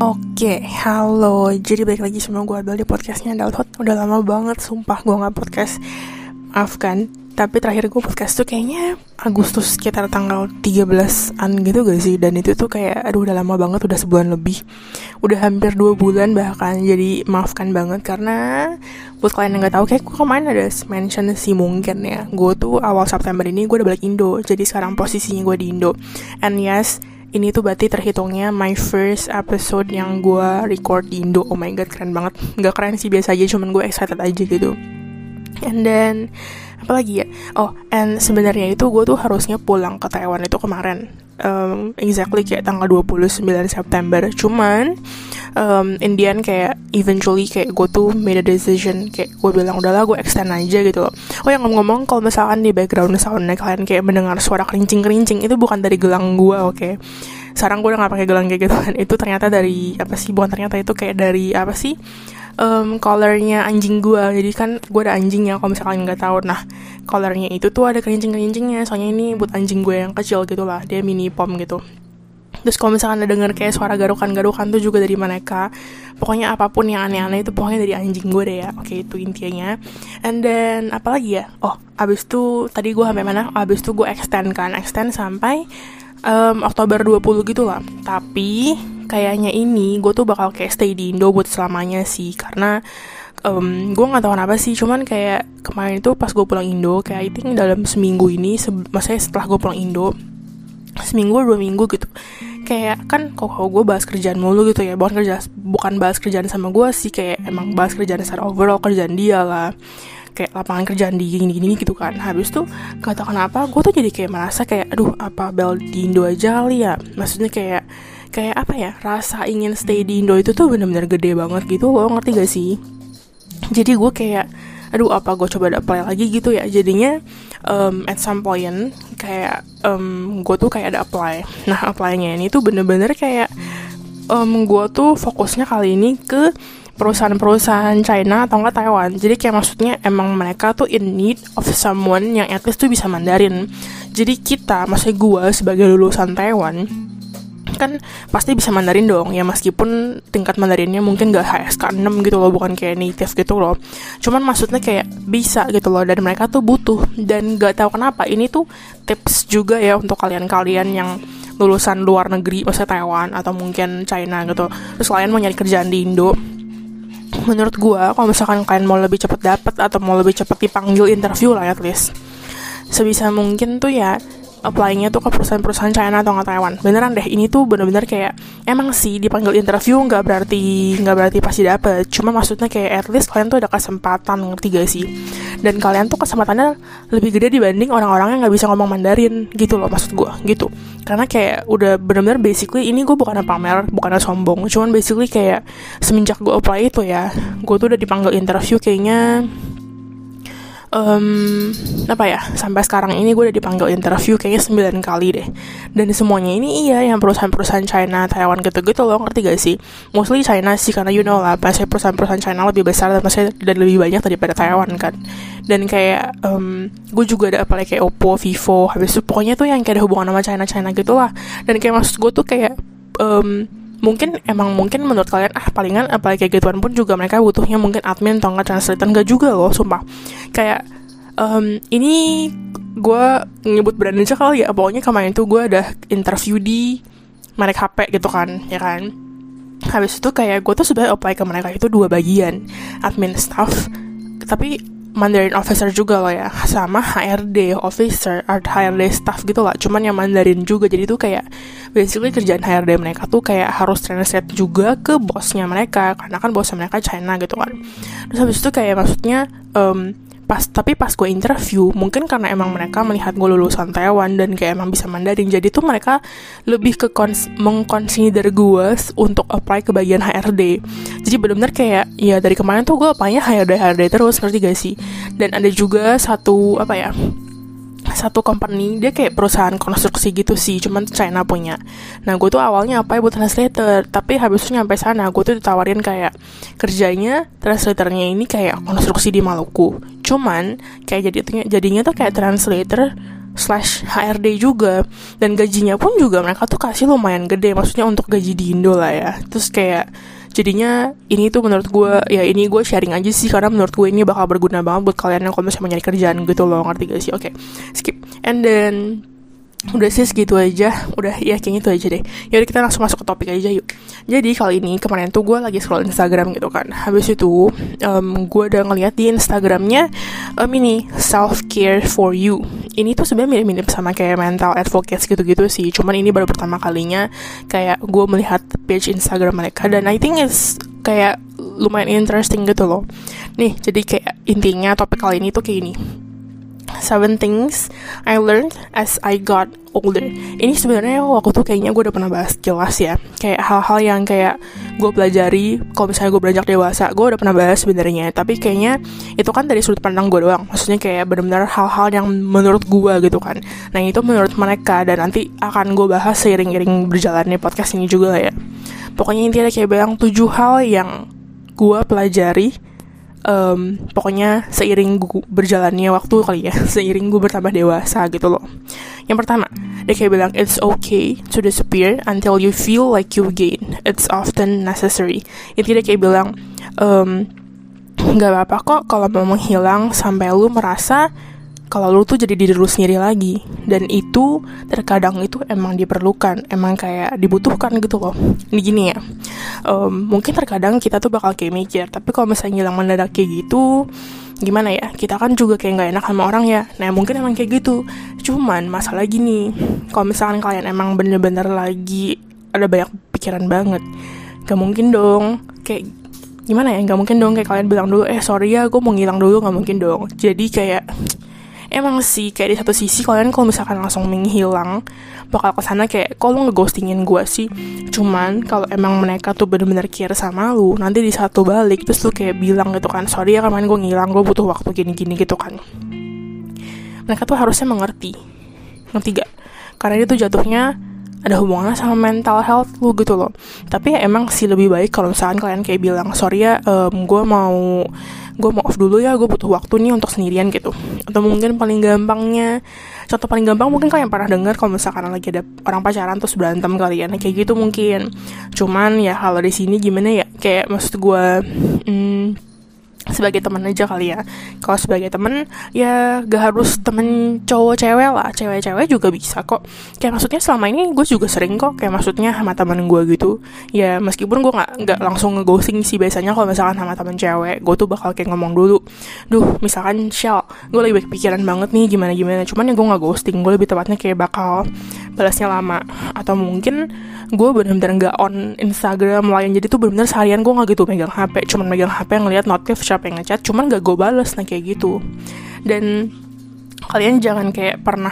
Oke, halo. Jadi balik lagi sama gue Abel di podcastnya Adulthood. Udah lama banget, sumpah gue gak podcast. Maafkan, tapi terakhir gue podcast tuh kayaknya Agustus sekitar tanggal 13-an gitu gak sih. Dan itu tuh kayak, aduh udah lama banget, udah sebulan lebih. Udah hampir 2 bulan bahkan. Jadi maafkan banget karena buat kalian yang gak tahu, kayak gue kemarin ada mention sih mungkin ya. Gue tuh awal September ini gue udah balik Indo. Jadi sekarang posisinya gue di Indo. And yes, ini tuh berarti terhitungnya my first episode yang gue record di Indo. Oh my god, keren banget. Gak keren sih, biasa aja, cuman gue excited aja gitu. And then apa lagi ya? Oh, and sebenarnya itu gue tuh harusnya pulang ke Taiwan itu kemarin, exactly kayak tanggal 29 September. Cuman Indian kayak eventually kayak gue tuh made a decision, kayak gue bilang udahlah gue extend aja gitu loh. Oh yang ngomong-ngomong, kalau misalkan di background soundnya kalian kayak mendengar suara kerincing-kerincing, itu bukan dari gelang gue, oke? Sekarang gue udah gak pakai gelang kayak gitu kan. Itu ternyata dari apa sih? Bukan ternyata, itu kayak dari apa sih? Collarnya anjing gue. Jadi kan gue ada anjing ya, kalau misalkan nggak tahu. Nah, collarnya itu tuh ada kerincing-kerincingnya. Soalnya ini buat anjing gue yang kecil gitu lah. Dia mini pom gitu. Terus kalau misalkan ada denger kayak suara garukan-garukan tuh juga dari mereka. Pokoknya apapun yang aneh-aneh itu pokoknya dari anjing gue deh ya. Oke, itu intinya. And then apa lagi ya? Oh, abis itu tadi gue sampai mana? Abis itu gue extend sampai Oktober 20 gitu lah. Tapi kayaknya ini gue tuh bakal kayak stay di Indo buat selamanya sih. Karena gue gak tahu kenapa sih. Cuman kayak kemarin itu pas gue pulang Indo, kayak I think dalam seminggu ini, maksudnya setelah gue pulang Indo, seminggu 2 minggu gitu, kayak kan kalau gue bahas kerjaan mulu gitu ya. Bukan bahas kerjaan sama gue sih, kayak emang bahas kerjaan secara overall, kerjaan dia lah, kayak lapangan kerjaan di gini-gini gitu kan. Habis tuh gak tau kenapa gue tuh jadi kayak merasa kayak aduh, apa Bel di Indo aja kali ya. Maksudnya kayak apa ya, rasa ingin stay di Indo itu tuh benar-benar gede banget gitu loh, ngerti gak sih? Jadi gue kayak aduh, apa gue coba apply lagi gitu ya. Jadinya at some point kayak gue tuh kayak ada apply. Nah, apply-nya ini tuh bener-bener kayak gue tuh fokusnya kali ini ke perusahaan-perusahaan China atau enggak Taiwan. Jadi kayak maksudnya emang mereka tuh in need of someone yang at least tuh bisa Mandarin. Jadi kita, maksudnya gue sebagai lulusan Taiwan kan pasti bisa Mandarin dong ya, meskipun tingkat Mandarinnya mungkin gak HSK 6 gitu loh, bukan kayak native gitu loh. Cuman maksudnya kayak bisa gitu loh, dan mereka tuh butuh. Dan gak tahu kenapa, ini tuh tips juga ya untuk kalian-kalian yang lulusan luar negeri, maksudnya Taiwan atau mungkin China gitu, terus kalian mau nyari kerjaan di Indo. Menurut gue, kalau misalkan kalian mau lebih cepat dapet atau mau lebih cepat dipanggil interview lah at least, sebisa mungkin tuh ya apply-nya tuh ke perusahaan-perusahaan China atau nggak Taiwan. Beneran deh, ini tuh bener-bener kayak emang sih dipanggil interview nggak berarti pasti dapet. Cuma maksudnya kayak at least kalian tuh ada kesempatan, ngerti gak sih? Dan kalian tuh kesempatannya lebih gede dibanding orang-orang yang nggak bisa ngomong Mandarin gitu loh, maksud gue gitu. Karena kayak udah bener-bener basically, ini gue bukannya pamer, bukannya sombong, cuman basically kayak semenjak gue apply itu ya, gue tuh udah dipanggil interview kayaknya sampai sekarang ini gue udah dipanggil interview kayaknya 9 kali deh. Dan semuanya ini yang perusahaan-perusahaan China, Taiwan gitu-gitu loh, ngerti gak sih? Mostly China sih, karena you know lah, pasti perusahaan-perusahaan China lebih besar dan lebih banyak daripada Taiwan kan. Dan kayak gue juga ada apply kayak Oppo, Vivo, habis itu pokoknya tuh yang kayak ada hubungan sama China gitu lah. Dan kayak maksud gue tuh kayak mungkin menurut kalian palingan apply kayak gituan pun juga mereka butuhnya mungkin admin atau enggak translator. Enggak juga loh, sumpah. Kayak ini gue nyebut brand aja kali ya. Pokoknya kemarin tuh gue ada interview di merek HP gitu kan, ya kan. Habis itu kayak gue tuh sebenarnya apply ke mereka itu 2 bagian, admin staff tapi Mandarin officer juga loh ya, sama HRD officer atau HRD staff gitu lah, cuman yang Mandarin juga. Jadi tuh kayak basically kerjaan HRD mereka tuh kayak harus translate juga ke bosnya mereka, karena kan bosnya mereka China gitu kan. Terus habis itu kayak maksudnya pas gue interview, mungkin karena emang mereka melihat gue lulusan Taiwan dan kayak emang bisa Mandarin, jadi tuh mereka lebih ke mengconsider gue untuk apply ke bagian HRD. Jadi benar-benar kayak ya dari kemarin tuh gue apply-nya HRD terus, ngerti gak sih? Dan ada juga satu company, dia kayak perusahaan konstruksi gitu sih, cuman China punya. Nah, gue tuh awalnya apply buat translator, tapi habis itu nyampe sana gue tuh ditawarin kayak kerjanya translatornya ini kayak konstruksi di Maluku. Cuman kayak jadinya tuh kayak translator HRD juga, dan gajinya pun juga mereka tuh kasih lumayan gede, maksudnya untuk gaji di Indo lah ya. Terus kayak jadinya ini tuh menurut gue, ya ini gue sharing aja sih, karena menurut gue ini bakal berguna banget buat kalian yang kalau misalnya mau nyari kerjaan gitu loh, ngerti gak sih? Oke, skip. And then udah sih segitu aja, udah ya kayaknya itu aja deh. Yaudah kita langsung masuk ke topik aja yuk. Jadi kali ini, kemarin tuh gue lagi scroll Instagram gitu kan. Habis itu gue udah ngeliat di Instagramnya ini self care for you. Ini tuh sebenarnya mirip-mirip sama kayak mental advocates gitu-gitu sih. Cuman ini baru pertama kalinya kayak gue melihat page Instagram mereka, dan I think it's kayak lumayan interesting gitu loh. Nih, jadi kayak intinya topik kali ini tuh kayak gini: 7 things I learned as I got older. Ini sebenarnya waktu tuh kayaknya gue udah pernah bahas jelas ya. Kayak hal-hal yang kayak gue pelajari kalau misalnya gue beranjak dewasa, gue udah pernah bahas sebenarnya. Tapi kayaknya itu kan dari sudut pandang gue doang. Maksudnya kayak benar-benar hal-hal yang menurut gue gitu kan. Nah itu menurut mereka, dan nanti akan gue bahas seiring-iring berjalannya podcast ini juga lah ya. Pokoknya intinya kayak bilang 7 hal yang gue pelajari. Pokoknya seiring gue berjalannya waktu kali ya, seiring gue bertambah dewasa gitu loh. Yang pertama, dia kayak bilang, it's okay to disappear until you feel like you gain. It's often necessary. Intinya dia kayak bilang, gak apa-apa kok kalau mau menghilang sampai lu merasa kalau lu tuh jadi diri lu sendiri lagi. Dan itu terkadang itu emang diperlukan, emang kayak dibutuhkan gitu loh. Ini gini ya, mungkin terkadang kita tuh bakal kayak mikir, tapi kalau misalnya hilang mendadak kayak gitu, gimana ya, kita kan juga kayak gak enak sama orang ya. Nah mungkin emang kayak gitu. Cuman masalah gini, kalau misalkan kalian emang bener-bener lagi ada banyak pikiran banget, gak mungkin dong kayak gimana ya, gak mungkin dong kayak kalian bilang dulu, sorry ya gue mau ngilang dulu, gak mungkin dong. Jadi kayak emang sih kayak di satu sisi kalian kalau misalkan langsung menghilang bakal kesana kayak kok lu ngeghostingin gue sih. Cuman kalau emang mereka tuh bener-bener care sama lu, nanti di satu balik terus lu kayak bilang gitu kan, sorry ya kemarin gue ngilang, gue butuh waktu gini-gini gitu kan. Mereka tuh harusnya mengerti gak? Karena itu jatuhnya ada hubungannya sama mental health lu gitu loh. Tapi ya emang sih lebih baik kalau misalkan kalian kayak bilang, sorry ya gue mau off dulu ya, gue butuh waktu nih untuk sendirian gitu. Atau mungkin paling gampangnya, contoh paling gampang mungkin kalian pernah dengar kalau misalkan lagi ada orang pacaran terus berantem kalian, kayak gitu mungkin. Cuman ya kalau di sini gimana ya, kayak maksud gue sebagai teman aja kali ya. Kalau sebagai temen ya gak harus temen cowok cewek lah, cewek-cewek juga bisa kok. Kayak maksudnya selama ini gue juga sering kok kayak maksudnya sama temen gue gitu. Ya meskipun gue nggak langsung ngeghosting sih, biasanya kalau misalkan sama temen cewek gue tuh bakal kayak ngomong dulu, duh misalkan Shell, gue lagi banyak pikiran banget nih gimana. Cuman ya gue nggak ghosting, gue lebih tepatnya kayak bakal balasnya lama. Atau mungkin gue benar-benar nggak on Instagram lain, jadi tuh benar-benar seharian gue nggak gitu megang HP, cuman megang HP ngeliat notif siapa yang ngechat, cuman gak gue bales. Nah kayak gitu. Dan kalian jangan kayak pernah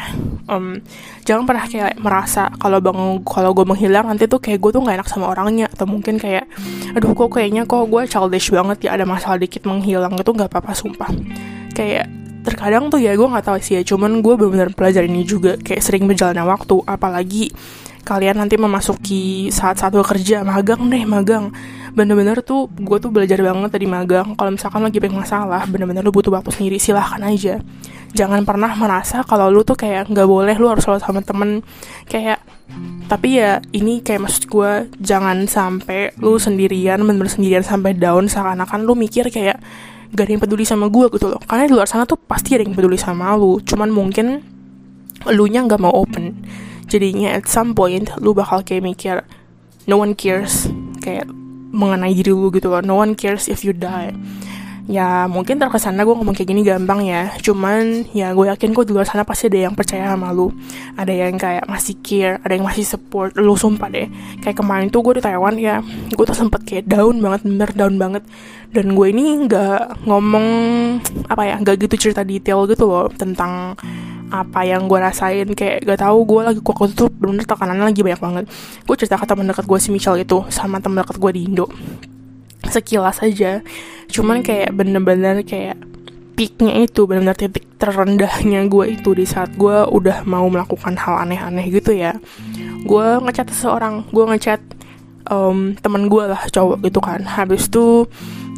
jangan pernah kayak merasa kalau gue menghilang nanti tuh kayak gue tuh nggak enak sama orangnya, atau mungkin kayak aduh kok kayaknya kok gue childish banget ya, ada masalah dikit menghilang. Itu nggak apa-apa sumpah. Kayak terkadang tuh ya gue nggak tahu sih ya, cuman gue benar-benar pelajari ini juga kayak sering berjalannya waktu, apalagi kalian nanti memasuki saat-saat kerja, magang. Bener-bener tuh gue tuh belajar banget tadi magang. Kalau misalkan lagi banyak masalah, bener-bener lu butuh waktu sendiri, silahkan aja. Jangan pernah merasa kalau lu tuh kayak nggak boleh, lu harus selalu sama temen. Kayak, tapi ya ini kayak maksud gue, jangan sampai lu sendirian, bener-bener sendirian sampai down, seakan-akan lu mikir kayak gak ada yang peduli sama gue gitu loh. Karena di luar sana tuh pasti ada yang peduli sama lu, cuman mungkin lu nya nggak mau open. Jadinya at some point lu bakal kayak mikir no one cares kayak mengenai diri lu gitu loh. No one cares if you die. Ya mungkin terkesannya gue ngomong kayak gini gampang ya, cuman ya gue yakin kok di luar sana pasti ada yang percaya sama lu, ada yang kayak masih care, ada yang masih support lu. Sumpah deh, kayak kemarin tuh gue di Taiwan ya, gue tuh sempet kayak down banget, bener down banget. Dan gue ini gak ngomong gak gitu cerita detail gitu loh tentang apa yang gue rasain. Kayak gak tahu, gue lagi waktu itu bener tekanannya lagi banyak banget. Gue cerita ke teman dekat gue si Michelle itu, sama teman dekat gue di Indo, sekilas aja. Cuman kayak bener-bener kayak peaknya itu, bener-bener titik terendahnya gue itu di saat gue udah mau melakukan hal aneh-aneh gitu ya. Gue ngechat seseorang, gue ngechat teman gue lah, cowok gitu kan. Habis itu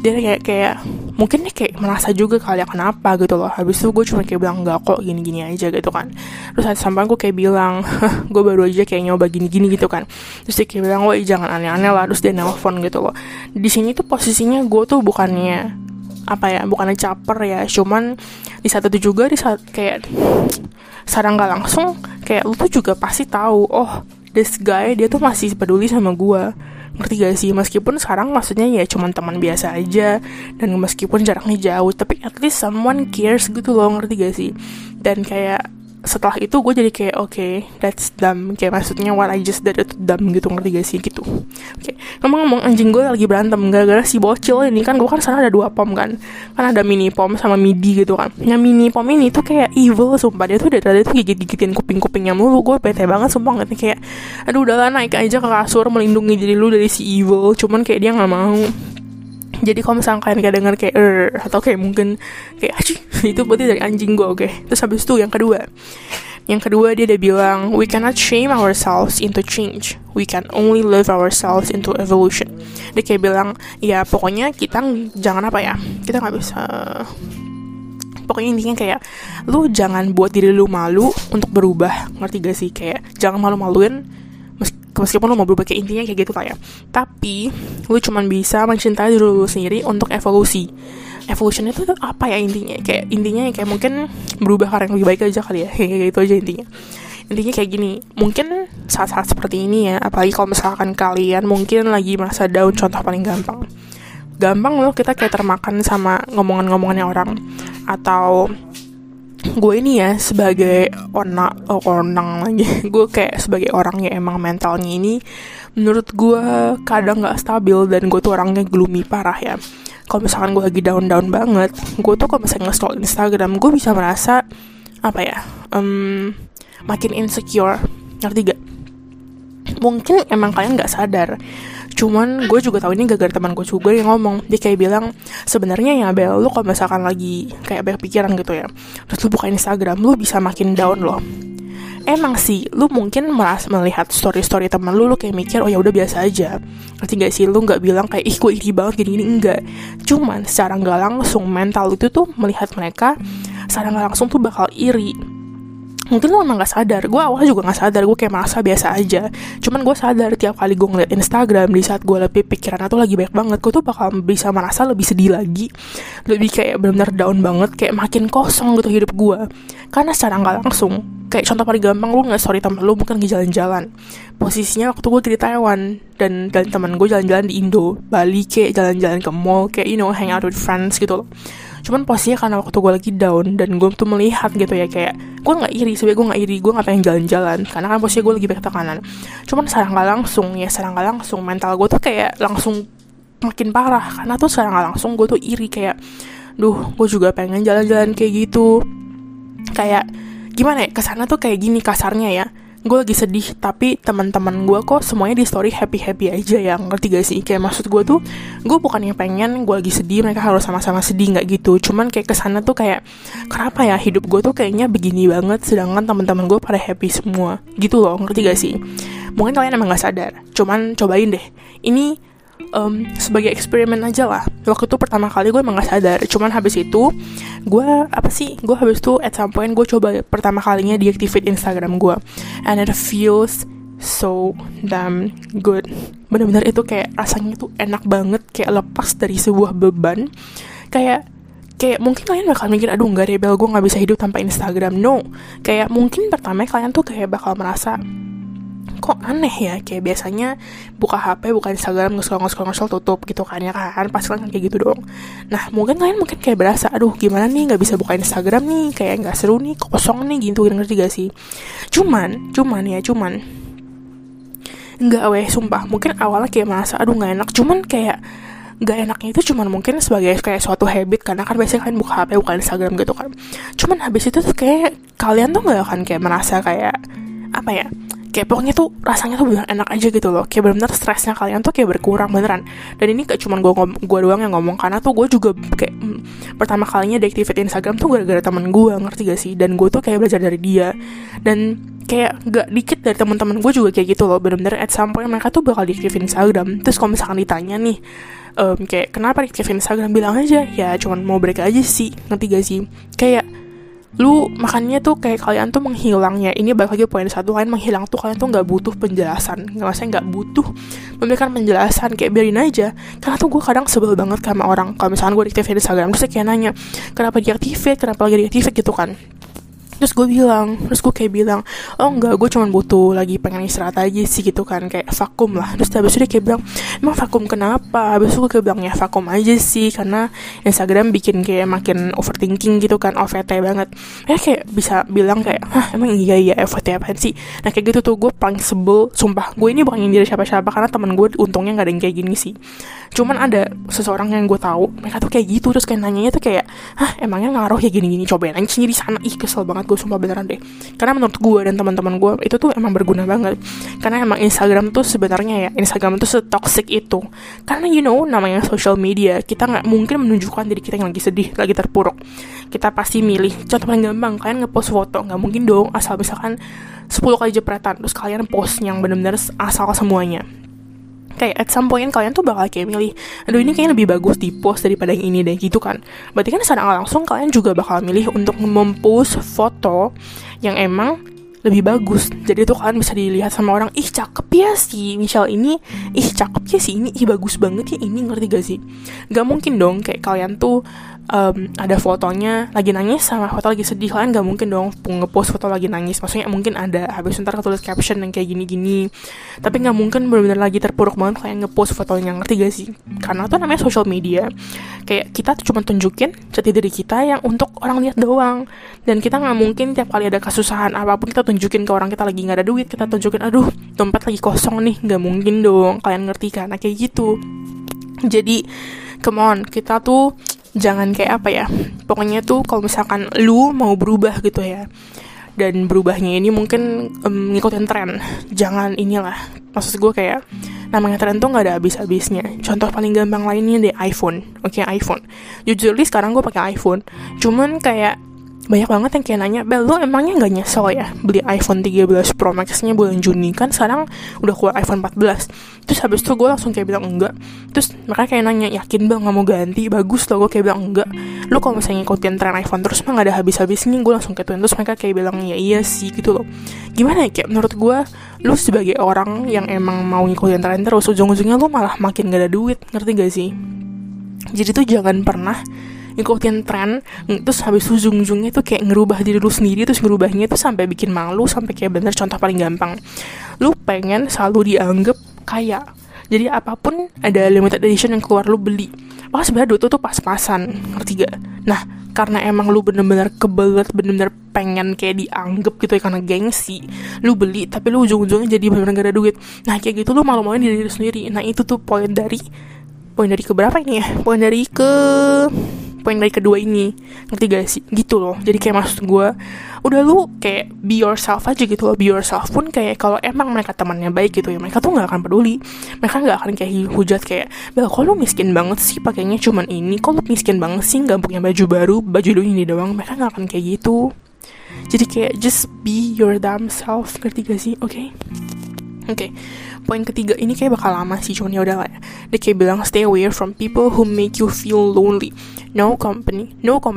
dia kayak mungkin dia kayak merasa juga kali ya kenapa gitu loh. Habis itu gue cuma kayak bilang enggak kok, gini-gini aja gitu kan. Terus sampai gue kayak bilang gue baru aja kayak nyoba gini-gini gitu kan. Terus dia kayak bilang woi jangan aneh-aneh lah. Terus dia nelfon gitu loh. Di sini tuh posisinya gue tuh bukannya caper ya, cuman di saat itu juga, di saat kayak secara nggak langsung kayak lu tuh juga pasti tahu, oh this guy dia tuh masih peduli sama gue, ngerti gak sih? Meskipun sekarang maksudnya ya cuman teman biasa aja, dan meskipun jaraknya jauh, tapi at least someone cares gitu loh, ngerti gak sih? Dan kayak setelah itu gue jadi kayak okay, that's dumb, kayak maksudnya what I just did itu dumb gitu, ngerti gak sih gitu. Oke, ngomong-ngomong anjing gue lagi berantem gara-gara si bocil ini kan. Gue kan sekarang ada 2 pom kan ada mini pom sama midi gitu kan. Yang mini pom ini tuh kayak evil sumpah, dia tuh dari tadi tuh gigit-gigitin kuping-kupingnya mulu. Gue bete banget sumpah ngeliatnya, kayak aduh udahlah naik aja ke kasur melindungi diri lu dari si evil, cuman kayak dia nggak mau. Jadi kalau misalnya kalian kayak denger kayak atau kayak mungkin kayak itu berarti dari anjing gue, oke. Terus habis itu yang kedua dia udah bilang, we cannot shame ourselves into change, we can only love ourselves into evolution. Dia kayak bilang ya pokoknya kita jangan kita nggak bisa, pokoknya intinya kayak lu jangan buat diri lu malu untuk berubah, ngerti gak sih? Kayak jangan malu-maluin meskipun lo mau berubah, kayak intinya kayak gitu lah ya. Tapi lo cuman bisa mencintai diri lo sendiri untuk evolusi. Evolution itu apa ya intinya? Kayak intinya kayak mungkin berubah karena yang lebih baik aja kali ya. Kayak gitu aja intinya. Intinya kayak gini, mungkin saat-saat seperti ini ya, apalagi kalau misalkan kalian mungkin lagi merasa down, contoh paling gampang loh kita kayak termakan sama ngomongan-ngomongannya orang. Atau gue ini ya sebagai gue kayak sebagai orang yang emang mentalnya ini menurut gue kadang nggak stabil, dan gue tuh orangnya gloomy parah ya. Kalau misalkan gue lagi down banget, gue tuh kalau misalnya nge-scroll Instagram, gue bisa merasa makin insecure, ngerti gak? Mungkin emang kalian nggak sadar, cuman gue juga tahu ini gara-gara teman gue juga yang ngomong. Dia kayak bilang sebenarnya ya Bel, lu kalau misalkan lagi kayak banyak pikiran gitu ya, terus lu buka Instagram, lu bisa makin down loh. Emang sih lu mungkin melihat story teman lu kayak mikir oh ya udah biasa aja, ngerti gak sih? Lu nggak bilang kayak ih gue iri banget gini enggak. Cuman secara nggak langsung mental itu tuh melihat mereka secara nggak langsung tuh bakal iri. Mungkin lo emang gak sadar, gue awalnya juga gak sadar, gue kayak merasa biasa aja. Cuman gue sadar tiap kali gue ngeliat Instagram, di saat gue lebih pikiran tuh lagi banyak banget, gue tuh bakal bisa merasa lebih sedih lagi, lebih kayak benar-benar down banget, kayak makin kosong gitu hidup gue. Karena secara gak langsung, kayak contoh paling gampang, lu ngeliat story temen lu mungkin lagi jalan-jalan. Posisinya waktu gue di Taiwan, dan temen gue jalan-jalan di Indo, Bali, kayak jalan-jalan ke mall, kayak hang out with friends gitu loh. Cuman posisinya karena waktu gue lagi down, dan gue tuh melihat gitu ya, kayak gue gak iri, sebenernya gue gak iri, gue gak pengen jalan-jalan, karena kan posisinya gue lagi banyak tekanan. Cuman secara gak langsung mental gue tuh kayak langsung makin parah, karena tuh secara gak langsung gue tuh iri, kayak duh gue juga pengen jalan-jalan kayak gitu. Kayak gimana ya, kesana tuh kayak gini kasarnya ya, gue lagi sedih, tapi teman-teman gue kok semuanya di story happy aja ya, ngerti gak sih? Kayak maksud gue tuh, gue bukannya pengen gue lagi sedih mereka harus sama-sama sedih, nggak gitu. Cuman kayak kesana tuh kayak kenapa ya hidup gue tuh kayaknya begini banget, sedangkan teman-teman gue pada happy semua, gitu loh, ngerti gak sih? Mungkin kalian emang nggak sadar, cuman cobain deh. Ini sebagai eksperimen aja lah. Waktu itu pertama kali gue emang gak sadar, cuman habis itu gue habis itu at some point gue coba pertama kalinya deactivate Instagram gue, and it feels so damn good. Bener-bener itu kayak rasanya tuh enak banget, kayak lepas dari sebuah beban. Kayak mungkin kalian bakal mikir aduh nggak rebel, gue nggak bisa hidup tanpa Instagram. No, kayak mungkin pertama kalian tuh kayak bakal merasa kok aneh ya, kayak biasanya buka HP, buka Instagram, nge-scroll tutup gitu kan ya kan, pasti kan kayak gitu dong. Nah mungkin kalian kayak berasa aduh gimana nih nggak bisa buka Instagram nih, kayak nggak seru nih, kosong nih gitu, ngerti gak sih? Cuman nggak sumpah, mungkin awalnya kayak merasa aduh nggak enak, cuman kayak nggak enaknya itu cuman mungkin sebagai kayak suatu habit, karena kan biasanya kalian buka HP, buka Instagram gitu kan. Cuman habis itu tuh kayak kalian tuh nggak akan kayak merasa kayak kayak pokoknya tuh rasanya tuh bener enak aja gitu loh, kayak bener-bener stresnya kalian tuh kayak berkurang beneran. Dan ini gak cuma gue doang yang ngomong, karena tuh gue juga kayak pertama kalinya deactivate Instagram tuh gara-gara temen gue, ngerti gak sih? Dan gue tuh kayak belajar dari dia, dan kayak gak dikit dari teman-teman gue juga kayak gitu loh, bener-bener at some point mereka tuh bakal deactivate Instagram. Terus kalau misalkan ditanya nih kayak kenapa deactivate Instagram, bilang aja ya cuman mau break aja sih, ngerti gak sih? Kayak lu makanya tuh kayak kalian tuh menghilang ya. Ini balik lagi poin satu, kalian menghilang tuh kalian tuh nggak butuh penjelasan, maksudnya nggak butuh memberikan penjelasan, kayak biarin aja. Karena tuh gue kadang sebel banget sama orang kalau misalkan gue deactivate Instagram, terus kayak nanya kenapa kenapa lagi deactivate gitu kan. Terus gue kayak bilang, oh enggak, gue cuma butuh lagi pengen istirahat aja sih gitu kan, kayak vakum lah. Terus habis itu dia kayak bilang, emang vakum kenapa? Habis itu gue kayak bilang, ya vakum aja sih, karena Instagram bikin kayak makin overthinking gitu kan, OVT banget. Kayak bisa bilang kayak, emang iya OVT apaan sih? Nah kayak gitu tuh gue paling sebel, sumpah. Gue ini bukan nyindir siapa-siapa, karena teman gue untungnya gak ada yang kayak gini sih. Cuman ada seseorang yang gue tahu, mereka tuh kayak gitu. Terus kayak nanyanya tuh kayak, emangnya ngaruh ya gini-gini, cobain aja sendiri sana. Ih kesel banget gue, sumpah beneran deh. Karena menurut gue dan teman-teman gue itu tuh emang berguna banget. Karena emang Instagram tuh sebenarnya ya, Instagram tuh setoxic itu. Karena namanya social media, kita nggak mungkin menunjukkan diri kita yang lagi sedih, lagi terpuruk. Kita pasti milih. Contoh paling gampang, kalian ngepost foto, nggak mungkin dong asal misalkan 10 kali jepretan terus kalian post yang benar-benar asal semuanya. Kayak at some point kalian tuh bakal kayak milih, aduh ini kayaknya lebih bagus di post daripada yang ini deh gitu kan. Berarti kan secara langsung kalian juga bakal milih untuk mempost foto yang emang lebih bagus. Jadi tuh kalian bisa dilihat sama orang, ih cakep ya si Michelle ini, ih cakep ya si ini, ih bagus banget ya ini, ngerti gak sih? Gak mungkin dong kayak kalian tuh ada fotonya lagi nangis sama foto lagi sedih, kalian gak mungkin dong ngepost foto lagi nangis. Maksudnya mungkin ada, habis ntar ketulis caption yang kayak gini-gini, tapi gak mungkin benar-benar lagi terpuruk banget kalian ngepost fotonya, ngerti gak sih? Karena tuh namanya social media, kayak kita tuh cuma tunjukin jati diri kita yang untuk orang lihat doang. Dan kita gak mungkin tiap kali ada kesusahan apapun kita tunjukin ke orang kita lagi gak ada duit, kita tunjukin aduh dompet lagi kosong nih, gak mungkin dong, kalian ngerti kan? Nah kayak gitu. Jadi come on, kita tuh jangan kayak apa ya, pokoknya tuh kalau misalkan lu mau berubah gitu ya, dan berubahnya ini mungkin ngikutin tren, jangan inilah, maksud gue kayak namanya tren tuh nggak ada habis-habisnya. Contoh paling gampang lainnya deh iPhone. Oke, iPhone, jujur sekarang gue pakai iPhone, cuman kayak banyak banget yang kayak nanya, Bel, lu emangnya gak nyesel ya beli iPhone 13 Pro Max-nya bulan Juni? Kan sekarang udah keluar iPhone 14. Terus habis itu gue langsung kayak bilang enggak. Terus mereka kayak nanya, yakin Bel gak mau ganti? Bagus loh, gue kayak bilang enggak. Lu kalau misalnya ngikutin tren iPhone terus mah gak ada habis-habisnya. Gue langsung kayak terus mereka kayak bilang, ya iya sih gitu loh. Gimana ya, kayak menurut gue, lu sebagai orang yang emang mau ngikutin tren terus, ujung-ujungnya lu malah makin gak ada duit, ngerti gak sih? Jadi tuh jangan pernah ngikutin tren terus habis ujung-ujungnya tuh kayak ngerubah diri lu sendiri, terus ngerubahnya tuh sampai bikin malu, sampai kayak bener. Contoh paling gampang, lu pengen selalu dianggap kaya, jadi apapun ada limited edition yang keluar lu beli, sebenarnya duit tuh pas-pasan, ngerti gak? Nah karena emang lu bener-bener kebelet, bener-bener pengen kayak dianggap gitu ya, karena gengsi lu beli, tapi lu ujung-ujungnya jadi bener-bener gak ada duit. Nah kayak gitu lu malu-maluin diri lu sendiri. Nah itu tuh poin dari keberapa ini ya? Poin dari kedua ini, ngerti gak sih? Gitu loh. Jadi kayak maksud gue, udah lu kayak be yourself aja gitu loh. Be yourself pun kayak kalau emang mereka temannya baik gitu ya, mereka tuh gak akan peduli. Mereka gak akan kayak hujat kayak, Bel, kok lu miskin banget sih pakainya cuman ini, kok lu miskin banget sih gak punya baju baru, baju lu ini doang. Mereka gak akan kayak gitu. Jadi kayak just be your damn self, ngerti gak sih? Oke. Poin ketiga ini kayak bakal lama sih, cuman ya udah lah ya. Dia kayak bilang, stay away from people who make you feel lonely. No company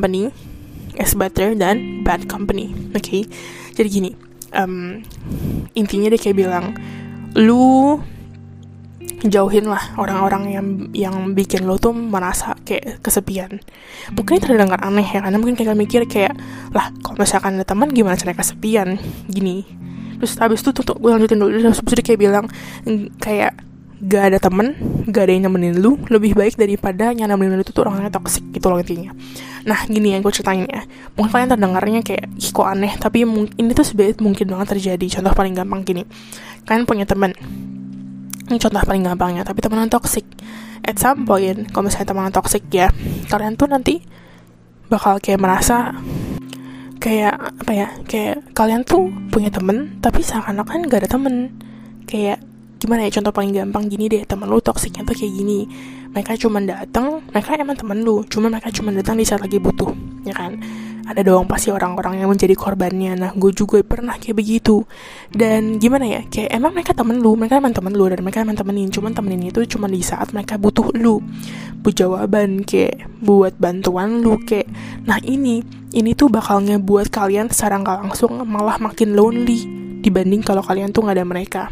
is better than bad company. Oke. Jadi gini, intinya dia kayak bilang, lu jauhin lah orang-orang yang bikin lo tuh merasa kayak kesepian. Mungkin terdengar aneh ya, karena mungkin kayak mikir kayak, lah kalau misalkan ada teman gimana cara kesepian gini. Terus abis itu tuh gue lanjutin dulu. Terus dia kayak bilang kayak gak ada temen, gak ada yang nemenin lu, lebih baik daripada yang nemenin lu tuh orangnya toksik gitu loh intinya. Nah gini yang gue ceritain ya, mungkin kalian terdengarnya kayak ih kok aneh, tapi ini tuh sebenarnya mungkin banget terjadi. Contoh paling gampang gini, kalian punya temen, ini contoh paling gampangnya, tapi temenan toksik. At some point kalau misalnya temenan toksik ya, kalian tuh nanti bakal kayak merasa kayak apa ya, kayak kalian tuh punya temen tapi seakan-akan gak ada temen. Kayak gimana ya, contoh paling gampang gini deh, temen lu toksiknya tuh kayak gini, mereka cuma datang, mereka emang temen lu, cuma mereka cuma datang di saat lagi butuh, ya kan. Ada doang pasti orang-orang yang menjadi korbannya. Nah, gue juga pernah kayak begitu. Dan gimana ya, kayak emang mereka temen lu, mereka emang temen lu, dan mereka emang temenin. Cuman temenin itu cuma di saat mereka butuh lu, buat jawaban, kayak buat bantuan lu, kayak. Nah ini tuh bakal ngebuat kalian secara gak langsung malah makin lonely dibanding kalau kalian tuh gak ada mereka.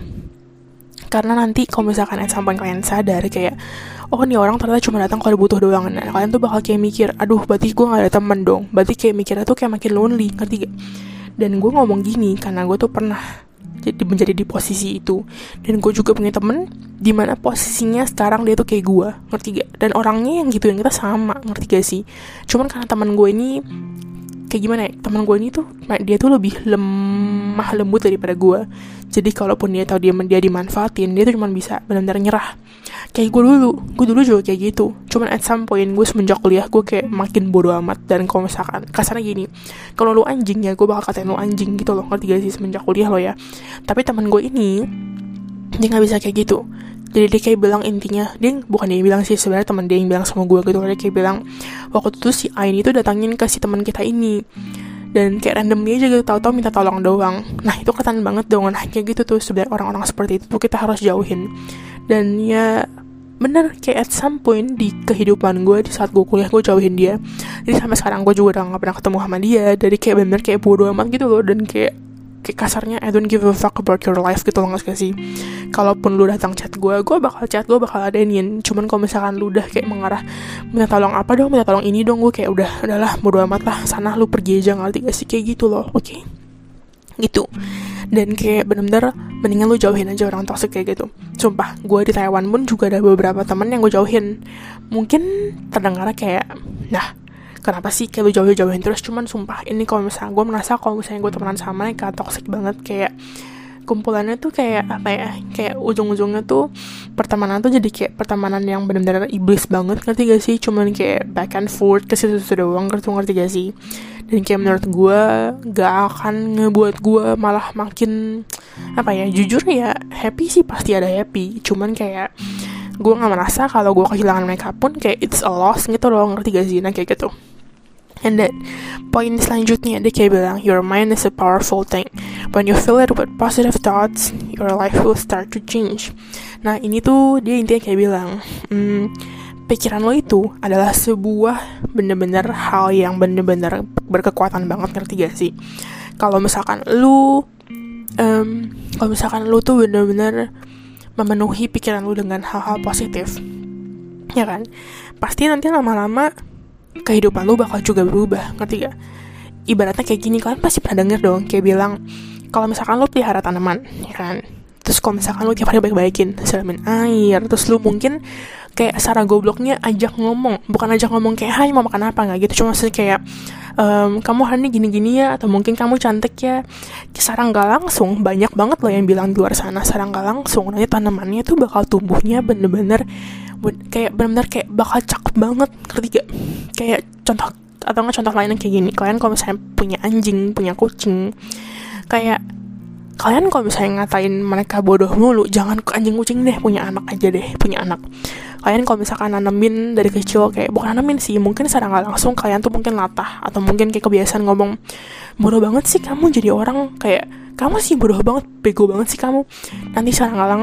Karena nanti kalau misalkan sampai kalian sadar kayak, oh nih orang ternyata cuma datang kalau butuh doang, nah kalian tuh bakal kayak mikir, aduh berarti gue gak ada temen dong. Berarti kayak mikirnya tuh kayak makin lonely, ngerti gak? Dan gue ngomong gini karena gue tuh pernah menjadi di posisi itu. Dan gue juga punya temen dimana posisinya sekarang dia tuh kayak gue, ngerti gak? Dan orangnya yang gitu, yang kita sama, ngerti gak sih? Cuman karena temen gue ini kayak gimana ya, teman gue ini tuh dia tuh lebih lemah lembut daripada gue. Jadi kalaupun dia tahu dia dimanfaatin, dia tuh cuma bisa benar-benar nyerah. Kayak gue dulu juga kayak gitu. Cuman at some point gue semenjak kuliah gue kayak makin bodo amat. Dan kalau misalkan kasarnya gini, kalau lu anjing ya gue bakal katain lu anjing gitu loh, ngerti gak sih, semenjak kuliah lo ya. Tapi teman gue ini dia nggak bisa kayak gitu. Jadi dia kayak bilang, intinya dia bukan dia yang bilang sih, sebenarnya teman dia yang bilang sama gue gitu. Dia kayak bilang waktu itu si Ain itu datangin ke si teman kita ini, dan kayak random dia aja gitu, tahu-tahu minta tolong doang. Nah itu kelihatan banget dong. Nah kayak gitu tuh sebenarnya orang-orang seperti itu tuh kita harus jauhin. Dan ya bener, kayak at some point di kehidupan gue di saat gue kuliah gue jauhin dia. Jadi sampai sekarang gue juga udah gak pernah ketemu sama dia. Dari kayak bener kayak bodo amat gitu loh. Dan kayak kasarnya I don't give a fuck about your life gitu loh, gak sih? Kalaupun lu datang chat gue bakal chat, gue bakal adenin. Cuman kalau misalkan lu udah kayak mengarah minta tolong apa dong, minta tolong ini dong, gue kayak udahlah bodo amat lah, sana lu pergi aja, ngerti gak sih? Kayak gitu loh, oke? Gitu. Dan kayak bener-bener mendingan lu jauhin aja orang toxic kayak gitu. Sumpah, gue di Taiwan pun juga ada beberapa temen yang gue jauhin. Mungkin terdengarnya kayak, nah kenapa sih kayak lu jauhin terus? Cuman sumpah ini kalau misalnya gue merasa kalau misalnya gue temenan sama mereka toxic banget, kayak kumpulannya tuh kayak apa ya, kayak ujung-ujungnya tuh pertemanan tuh jadi kayak pertemanan yang benar-benar iblis banget, ngerti gak sih? Cuman kayak back and forth ke situ-situ doang, ngerti gak sih? Dan kayak menurut gue gak akan ngebuat gue malah makin apa ya, jujur ya happy sih pasti ada happy, cuman kayak gue gak merasa kalau gue kehilangan mereka pun kayak it's a loss gitu loh, ngerti gak sih? Nah kayak gitu. And then poin selanjutnya dia kayak bilang, your mind is a powerful thing. When you fill it with positive thoughts, your life will start to change. Nah ini tuh dia intinya kayak bilang, pikiran lo itu adalah sebuah bener-bener hal yang bener-bener berkekuatan banget, ngerti gak sih? Kalau misalkan lu tuh bener-bener memenuhi pikiran lu dengan hal-hal positif, ya kan? Pasti nanti lama-lama kehidupan lu bakal juga berubah, ngerti gak? Ibaratnya kayak gini, kalian pasti pernah denger dong kayak bilang, kalau misalkan lu pelihara tanaman, ya kan? Terus kalau misalkan lu tiap hari baik-baikin, siramin air, terus lu mungkin kayak secara gobloknya bukan ajak ngomong kayak, hai mau makan apa, nggak gitu, cuma maksudnya kayak kamu hari ini gini-gini ya, atau mungkin kamu cantik ya. Secara nggak langsung banyak banget loh yang bilang di luar sana, secara nggak langsung nanti tanamannya tuh bakal tumbuhnya bener-bener kayak bakal cakep banget, ngerti gak? Kayak contoh lainnya kayak gini, kalian kalau misalnya punya anjing, punya kucing, kayak kalian kalau misalnya ngatain mereka bodoh mulu, jangan ke anjing kucing deh, punya anak. Kalian kalau misalkan nanemin dari kecil, kayak bukan nanemin sih, mungkin secara nggak langsung kalian tuh mungkin latah, atau mungkin kayak kebiasaan ngomong, bodoh banget sih kamu jadi orang, kayak kamu sih bodoh banget, bego banget sih kamu. Nanti secara nggak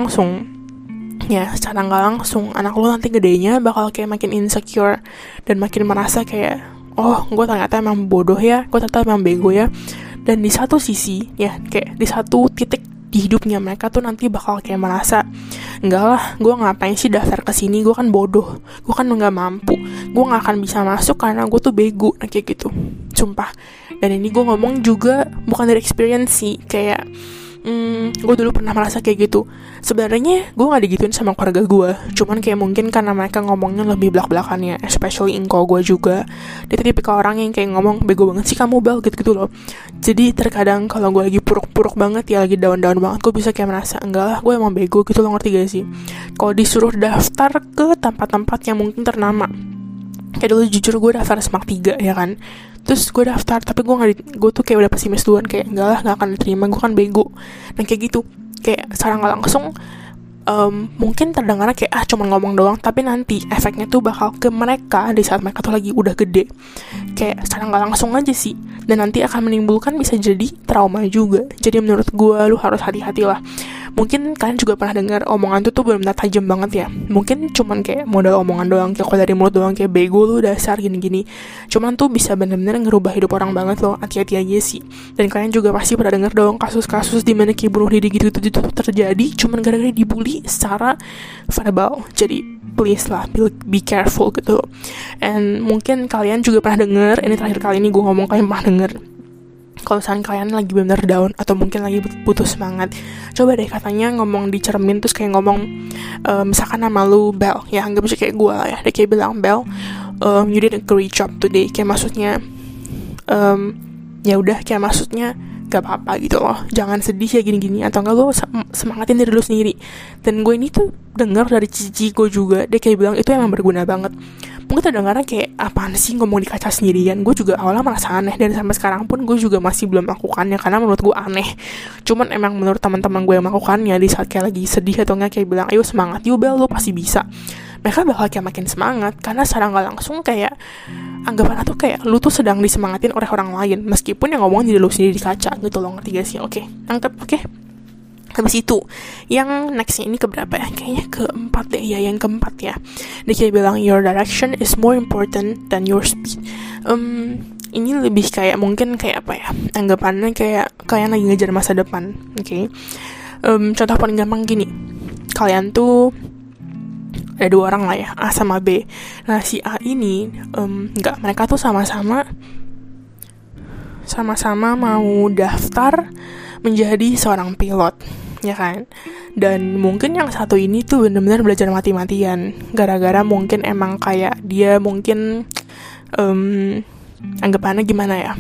langsung anak lo nanti gedenya bakal kayak makin insecure dan makin merasa kayak, oh gue ternyata emang bodoh ya, gue ternyata emang bego ya. Dan di satu sisi ya, kayak di satu titik di hidupnya mereka tuh nanti bakal kayak merasa, enggak lah, gue ngapain sih daftar kesini, gue kan bodoh, gue kan nggak mampu, gue nggak akan bisa masuk karena gue tuh bego, kayak gitu, sumpah. Dan ini gue ngomong juga bukan dari experience sih, kayak gue dulu pernah merasa kayak gitu. Sebenarnya gue gak digituin sama keluarga gue, cuman kayak mungkin karena mereka ngomongnya lebih belak-belakannya, especially inko gue juga. Dia tipikal orang yang kayak ngomong, bego banget sih kamu Bel, gitu-gitu loh. Jadi terkadang kalau gue lagi puruk-puruk banget ya, lagi down-down banget, gue bisa kayak merasa, enggak lah gue emang bego gitu loh, ngerti gak sih? Kalau disuruh daftar ke tempat-tempat yang mungkin ternama, kayak dulu jujur gue daftar SMAK 3 ya kan, Terus gue daftar, tapi gue tuh kayak udah pesimis duluan, kayak enggak lah, nggak akan diterima, gue kan bego. Dan kayak gitu, kayak secara nggak langsung mungkin terdengarnya kayak cuman ngomong doang, tapi nanti efeknya tuh bakal ke mereka di saat mereka tuh lagi udah gede, kayak secara nggak langsung aja sih, dan nanti akan menimbulkan bisa jadi trauma juga. Jadi menurut gue lu harus hati-hati lah. Mungkin kalian juga pernah dengar omongan tuh benar-benar tajam banget ya. Mungkin cuman kayak modal omongan doang, kayak kalau dari mulut doang kayak bego lu dasar gini-gini. Cuman tuh bisa benar-benar ngerubah hidup orang banget loh. Hati-hati aja sih. Dan kalian juga pasti pernah dengar dong kasus-kasus di mana kayak bunuh diri gitu terjadi cuman gara-gara dibully secara verbal. Jadi please lah, be careful gitu. And mungkin kalian juga pernah dengar, ini terakhir kali ini gue ngomong, kalian pernah dengar, kalau misalnya kalian lagi benar down atau mungkin lagi putus semangat, coba deh katanya ngomong di cermin, terus kayak ngomong misalkan nama lu Bel, ya anggap aja kayak gue lah ya, dia kayak bilang, Bel, you did a great job today, kayak maksudnya ya udah, kayak maksudnya gak apa-apa gitu loh, jangan sedih ya gini-gini, atau enggak lo semangatin diri lu sendiri. Dan gue ini tuh dengar dari cici gue juga, dia kayak bilang itu emang berguna banget. Mungkin terdengarnya kayak apaan sih ngomong di kaca sendirian. Gue juga awalnya merasa aneh, dan sampai sekarang pun gue juga masih belum melakukannya karena menurut gue aneh. Cuman emang menurut teman-teman gue yang melakukannya di saat kayak lagi sedih atau enggak, kayak bilang ayo semangat yuk Bel, lo pasti bisa, mereka bakal kayak makin semangat. Karena secara nggak langsung kayak anggapan tuh kayak lu tuh sedang disemangatin oleh orang lain, meskipun yang ngomong diri lu sendiri di kaca gitu loh, ngerti gak sih? Oke, anggap oke. Habis itu, yang nextnya ini keberapa ya? Kayaknya keempat deh, ya yang keempat ya. Dia kayak bilang, your direction is more important than your speed. Ini lebih kayak mungkin kayak apa ya? Anggapannya kayak kalian lagi ngejar masa depan, oke? Contoh paling gampang gini, kalian tuh ada dua orang lah ya, A sama B. Nah si A ini, mereka tuh sama-sama mau daftar menjadi seorang pilot, ya kan? Dan mungkin yang satu ini tuh benar-benar belajar mati-matian, gara-gara mungkin emang kayak dia mungkin anggapannya gimana ya,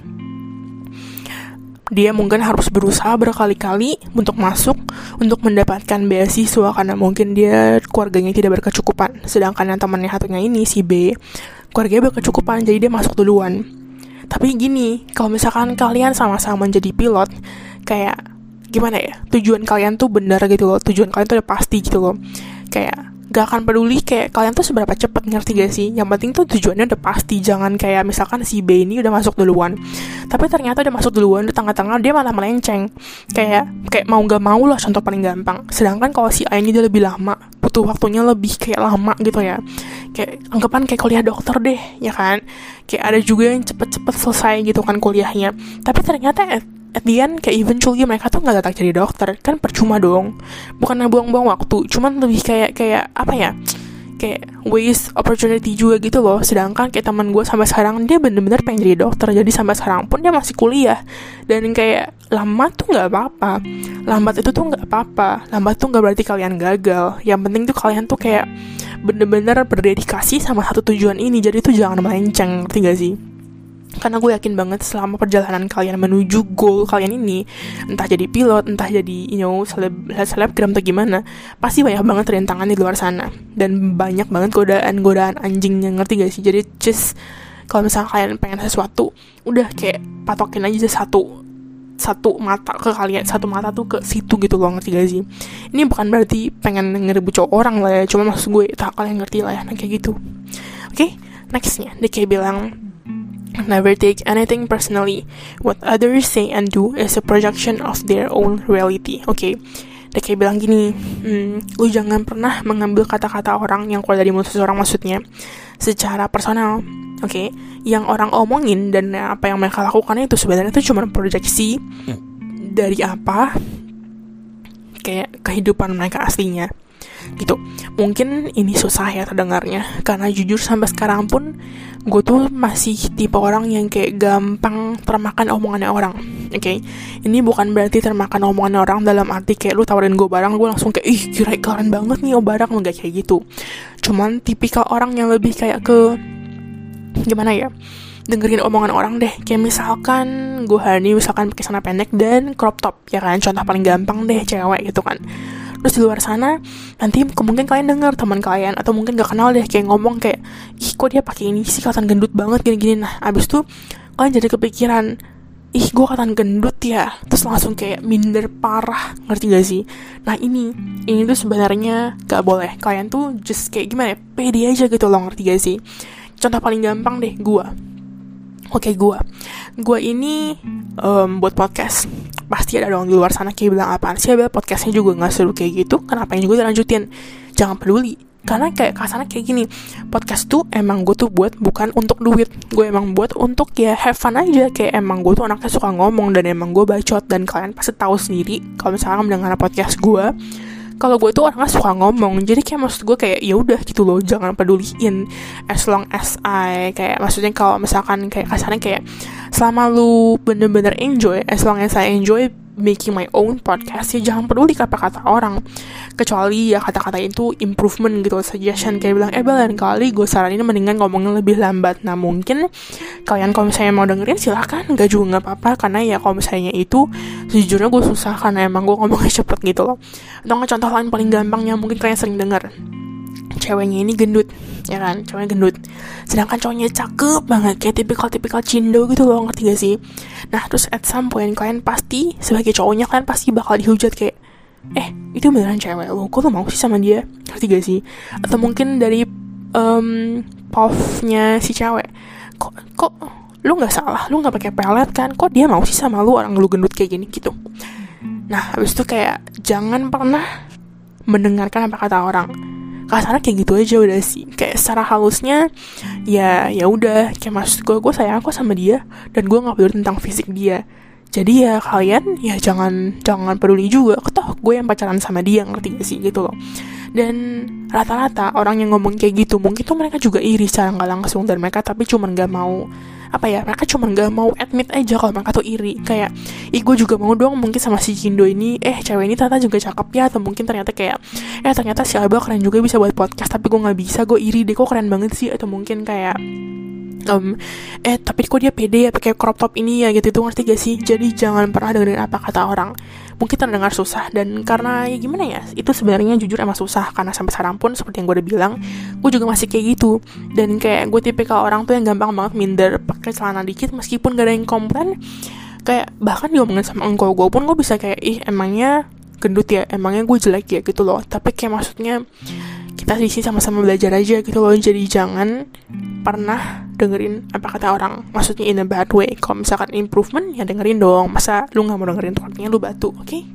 dia mungkin harus berusaha berkali-kali untuk masuk, untuk mendapatkan beasiswa karena mungkin dia keluarganya tidak berkecukupan. Sedangkan yang temannya satunya ini si B, keluarganya berkecukupan, jadi dia masuk duluan. Tapi gini, kalau misalkan kalian sama-sama menjadi pilot, kayak gimana ya, tujuan kalian tuh benar gitu loh, tujuan kalian tuh udah pasti gitu loh, kayak gak akan peduli kayak kalian tuh seberapa cepat, ngerti gak sih? Yang penting tuh tujuannya udah pasti. Jangan kayak misalkan si B ini udah masuk duluan, tapi ternyata udah masuk duluan, di tengah-tengah dia malah melenceng, kayak mau gak mau lah, contoh paling gampang. Sedangkan kalau si A ini dia lebih lama, butuh waktunya lebih kayak lama gitu ya, kayak anggapan kayak kuliah dokter deh, ya kan? Kayak ada juga yang cepet-cepet selesai gitu kan kuliahnya, tapi ternyata at the end kayak eventually mereka tuh gak datang jadi dokter, kan percuma dong. Bukannya buang-buang waktu, cuman lebih kayak apa ya, kayak waste opportunity juga gitu loh. Sedangkan kayak teman gue sampai sekarang dia bener-bener pengen jadi dokter, jadi sampai sekarang pun dia masih kuliah. Dan kayak lambat tuh gak apa-apa, lambat itu tuh gak apa-apa, lambat tuh gak berarti kalian gagal. Yang penting tuh kalian tuh kayak bener-bener berdedikasi sama satu tujuan ini, jadi tuh jangan melenceng, ngerti gak sih? Karena gue yakin banget selama perjalanan kalian menuju goal kalian ini, entah jadi pilot, entah jadi selebgram atau gimana, pasti banyak banget rintangan di luar sana, dan banyak banget godaan anjingnya, ngerti gak sih? Jadi just kalau misalnya kalian pengen sesuatu, udah kayak patokin aja satu mata ke kalian, satu mata tuh ke situ gitu loh, ngerti gak sih? Ini bukan berarti pengen ngerebut cowok orang lah ya, cuma maksud gue tak kalian ngerti lah ya, nah kayak gitu. Oke, nextnya dia kayak bilang, never take anything personally. What others say and do is a projection of their own reality. Oke, dia kayak bilang gini, lu jangan pernah mengambil kata-kata orang yang keluar dari mulut seseorang, maksudnya secara personal. Oke, yang orang omongin dan apa yang mereka lakukan itu sebenarnya itu cuma proyeksi dari apa kayak kehidupan mereka aslinya gitu. Mungkin ini susah ya terdengarnya, karena jujur sampai sekarang pun gue tuh masih tipe orang yang kayak gampang termakan omongannya orang. Oke, ini bukan berarti termakan omongan orang dalam arti kayak lu tawarin gue barang, gue langsung kayak ih keren banget nih barang, enggak kayak gitu. Cuman tipikal orang yang lebih kayak ke gimana ya, dengerin omongan orang deh. Kayak misalkan gue hari ini misalkan pakai celana pendek dan crop top, ya kan, contoh paling gampang deh, cewek gitu kan. Terus di luar sana nanti mungkin kalian dengar teman kalian atau mungkin gak kenal deh kayak ngomong kayak ih kok dia pakai ini sih, kelihatan gendut banget gini-gini. Nah abis itu kalian jadi kepikiran, ih gue katan gendut ya, terus langsung kayak minder parah, ngerti gak sih? Nah ini tuh sebenarnya gak boleh. Kalian tuh just kayak gimana ya, pede aja gitu loh, ngerti gak sih? Contoh paling gampang deh, gue ini buat podcast. Pasti ada dong di luar sana kayak bilang, apaan sih Abel, podcastnya juga gak seru kayak gitu, kenapa juga dilanjutin? Jangan peduli. Karena kayak kasarnya kayak gini, podcast tuh emang gue tuh buat bukan untuk duit. Gue emang buat untuk ya have fun aja. Kayak emang gue tuh anaknya suka ngomong dan emang gue bacot. Dan kalian pasti tahu sendiri kalau misalnya mendengar podcast gue, kalau gue tuh orangnya suka ngomong. Jadi kayak maksud gue kayak ya udah gitu loh, jangan peduliin. As long as kayak maksudnya kalau misalkan kayak kasarnya kayak selama lu bener-bener enjoy, as long as I enjoy making my own podcast, ya jangan peduli kata-kata orang, kecuali ya kata-kata itu improvement gitu, suggestion kayak bilang lain kali gue saranin mendingan ngomongnya lebih lambat. Nah mungkin kalian kalau misalnya mau dengerin silahkan, gak juga gak apa-apa, karena ya kalau misalnya itu sejujurnya gue susah karena emang gue ngomongnya cepet gitu loh. Atau nggak contoh lain paling gampang yang mungkin kalian sering dengar, ceweknya ini gendut, ya kan, ceweknya gendut, sedangkan cowoknya cakep banget, kayak tipikal cindo gitu loh, ngerti gak sih? Nah terus at some point kalian pasti sebagai cowoknya kalian pasti bakal dihujat kayak, itu beneran cewek lo, kok lo mau sih sama dia, ngerti gak sih? Atau mungkin dari POV-nya si cewek, kok lu nggak salah, lu nggak pakai pelet kan, kok dia mau sih sama lu orang lu gendut kayak gini gitu. Nah habis itu kayak jangan pernah mendengarkan apa kata orang. Kasarnya kayak gitu aja udah sih, kayak secara halusnya ya udah, kayak maksud gue sayang kok sama dia dan gue nggak peduli tentang fisik dia. Jadi ya kalian ya jangan peduli juga, toh gue yang pacaran sama dia, ngerti gak sih gitu loh. Dan rata-rata orang yang ngomong kayak gitu mungkin tuh mereka juga iri secara nggak langsung, dan mereka tapi cuman nggak mau mereka cuma gak mau admit aja kalau mereka tuh iri. Kayak, gue juga mau dong mungkin sama si Cindo ini, cewek ini ternyata juga cakep ya. Atau mungkin ternyata kayak, ternyata si Abel keren juga bisa buat podcast, tapi gue gak bisa, gue iri deh, kok keren banget sih. Atau mungkin kayak, tapi kok dia pede ya pakai crop top ini ya gitu, itu ngerti gak sih? Jadi jangan pernah dengerin apa kata orang. Mungkin terdengar susah, dan karena ya gimana ya, itu sebenarnya jujur emang susah, karena sampai sekarang pun seperti yang gue udah bilang, gue juga masih kayak gitu. Dan kayak gue tipikal orang tuh yang gampang banget minder pakai celana dikit meskipun gak ada yang komplain. Kayak bahkan diomongin sama engkau gue pun gue bisa kayak, emangnya gendut ya, emangnya gue jelek ya gitu loh. Tapi kayak maksudnya kita di sini sama-sama belajar aja gitu loh. Jadi jangan pernah dengerin apa kata orang, maksudnya in a bad way. Kalau misalkan improvement ya dengerin dong, masa lu gak mau dengerin tuh artinya lu batu.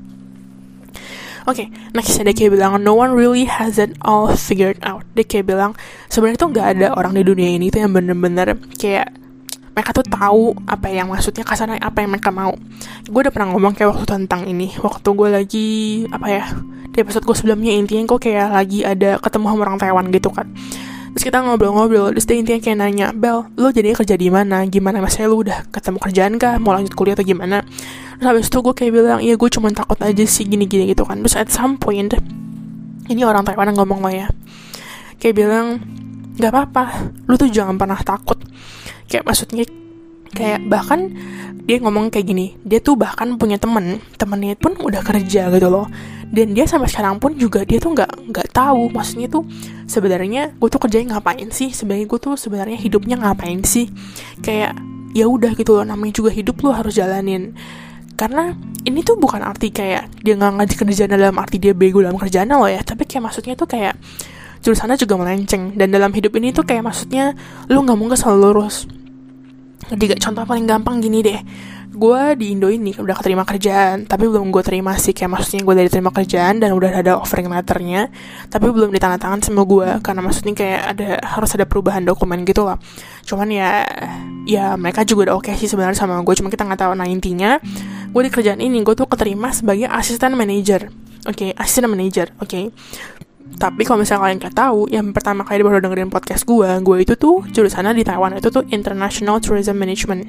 Oke, next dia kayak bilang, no one really has it all figured out. Dia kayak bilang sebenarnya tuh gak ada orang di dunia ini tuh yang bener-bener kayak mereka tuh tahu apa yang maksudnya kasarnya apa yang mereka mau. Gue udah pernah ngomong kayak waktu tentang ini, waktu gue lagi di episode gue sebelumnya, intinya gue kayak lagi ada ketemu sama orang Taiwan gitu kan. Terus kita ngobrol-ngobrol, terus dia intinya kayak nanya, Bel, lo jadinya kerja di mana? Gimana, maksudnya lo udah ketemu kerjaan kah? Mau lanjut kuliah atau gimana? Terus habis itu gue kayak bilang, iya gue cuma takut aja sih gini-gini gitu kan. Terus at some point, ini orang Taiwan yang ngomong lo ya, kayak bilang, gak apa-apa, lo tuh jangan pernah takut. Kayak maksudnya, kayak bahkan dia ngomong kayak gini, dia tuh bahkan punya temennya pun udah kerja gitu loh. Dan dia sampai sekarang pun juga dia tuh nggak tahu, maksudnya tuh sebenarnya gue tuh kerjanya ngapain sih, sebenarnya gue tuh sebenarnya hidupnya ngapain sih. Kayak ya udah gitu loh, namanya juga hidup lo harus jalanin. Karena ini tuh bukan arti kayak dia nggak ngaji kerjaan dalam arti dia bego dalam kerjaannya loh ya, tapi kayak maksudnya tuh kayak jurusannya juga melenceng. Dan dalam hidup ini tuh kayak maksudnya lo nggak mungkin selalu lurus. Contoh paling gampang gini deh, gue di Indo ini udah keterima kerjaan, tapi belum gue terima sih. Kayak maksudnya gue udah diterima kerjaan dan udah ada offering letternya, tapi belum ditandatangan sama gue, karena maksudnya kayak harus ada perubahan dokumen gitu lah. Cuman ya mereka juga udah oke sih sebenarnya sama gue, cuma kita nggak tahu. Nah intinya gue di kerjaan ini gue tuh keterima sebagai asisten manager. Asisten manager. Tapi kalau misalnya kalian gak tahu, yang pertama kali baru dengerin podcast gue itu tuh jurusannya di Taiwan itu tuh International Tourism Management.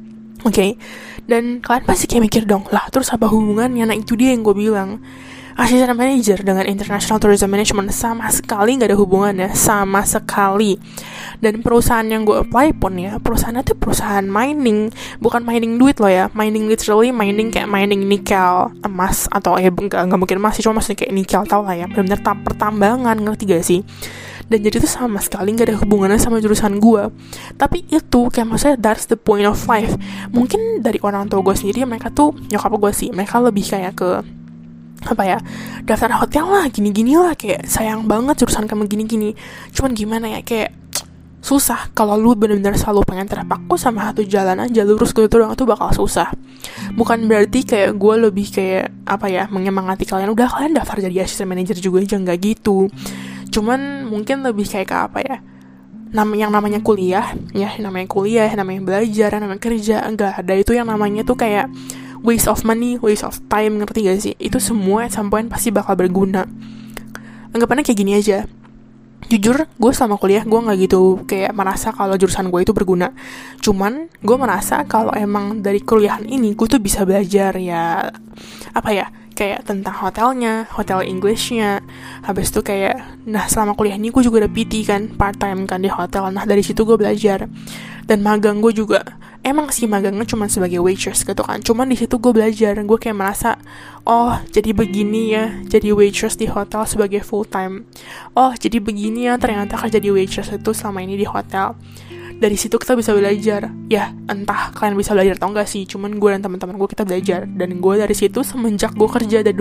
Dan kalian pasti kayak mikir dong, lah terus apa hubungannya? Nah itu dia yang gue bilang, asisten manager dengan International Tourism Management sama sekali gak ada hubungannya, sama sekali. Dan perusahaan yang gue apply pun ya, perusahaannya tuh perusahaan mining, bukan mining duit loh ya, mining literally mining kayak mining nikel, emas, atau nggak mungkin emas sih, cuma maksudnya kayak nikel, tau lah ya, benar-benar pertambangan, ngerti gak sih? dan jadi itu sama sekali gak ada hubungannya sama jurusan gue. Tapi itu kayak maksudnya that's the point of life. Mungkin dari orang tua gue sendiri, mereka tuh, nyokap gue sih, mereka lebih kayak ke apa ya, daftar hotel lah, gini-gini lah, kayak sayang banget jurusan kamu gini-gini. Cuman gimana ya, kayak susah kalau lu benar-benar selalu pengen terpaku sama satu jalan aja lurus gitu doang, tuh bakal susah. Bukan berarti kayak gue lebih kayak apa ya, menyemangati kalian udah kalian daftar jadi assistant manager juga aja, nggak gitu. Cuman mungkin lebih kayak ke apa ya, yang namanya kuliah, namanya belajar, namanya kerja, enggak ada itu yang namanya tuh kayak waste of money, waste of time, ngerti gak sih? Itu semua at some point pasti bakal berguna. Anggapannya kayak gini aja. Jujur, gue selama kuliah gue gak gitu kayak merasa kalau jurusan gue itu berguna. Cuman gue merasa kalau emang dari kuliahan ini gue tuh bisa belajar ya, apa ya, kayak tentang hotelnya, hotel Englishnya. Habis itu kayak, nah selama kuliah ini gue juga ada PT kan, part time kan di hotel. Nah dari situ gue belajar. Dan magang gue juga, emang sih magangnya cuma sebagai waitress gitu kan. Cuman di situ gue belajar, gue kayak merasa, oh jadi begini ya, jadi waitress di hotel sebagai full time. Oh jadi begini ya ternyata kerja di waitress itu selama ini di hotel. Dari situ kita bisa belajar. Ya entah kalian bisa belajar atau enggak sih, cuman gue dan teman-teman gue kita belajar. Dan gue dari situ semenjak gue kerja dari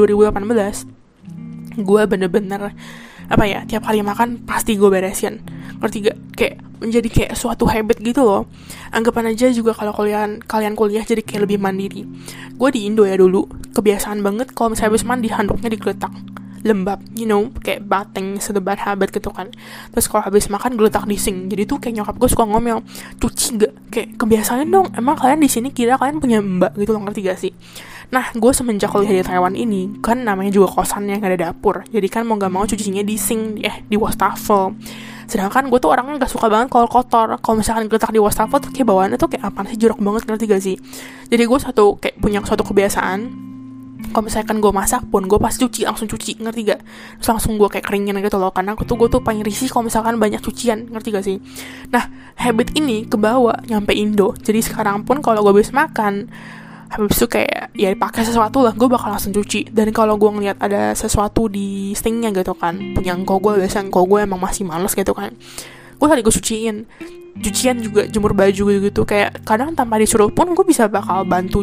2018, gue bener-bener apa ya, tiap kali makan pasti gue beresin. Ngerti gak? Kayak menjadi kayak suatu habit gitu loh. Anggapan aja juga kalau kalian kuliah jadi kayak lebih mandiri. Gue di Indo ya dulu, kebiasaan banget kalau misalnya habis mandi handuknya digeletak, lembab, kayak bateng, it's a bad habit gitu kan. Terus kalau habis makan geletak di sink. Jadi tuh kayak nyokap gue suka ngomel, cuci gak? Kayak kebiasaan dong, emang kalian di sini kira kalian punya mbak gitu loh, ngerti gak sih? Nah, gue semenjak kuliah di Taiwan ini, kan namanya juga kosan yang gak ada dapur. Jadi kan mau gak mau cucinya di sink, di wastafel. Sedangkan gue tuh orangnya gak suka banget kalau kotor. Kalau misalkan geletak di wastafel tuh kayak bawaannya tuh kayak apaan sih, jorok banget, ngerti gak sih? Jadi gue punya suatu kebiasaan, kalau misalkan gue masak pun gue pasti langsung cuci, ngerti gak? Terus langsung gue kayak keringin gitu loh, karena gue tuh paling risih kalau misalkan banyak cucian, ngerti gak sih? Nah, habit ini kebawa nyampe Indo. Jadi sekarang pun kalau gue habis makan, habis itu kayak ya pakai sesuatu lah, gue bakal langsung cuci. Dan kalau gue ngeliat ada sesuatu di sinknya gitu kan, punya engkau gue, biasanya engkau gue emang masih males gitu kan, gue tadi gue cuciin. Cucian juga, jemur baju gitu, kayak kadang tanpa disuruh pun gue bakal bantu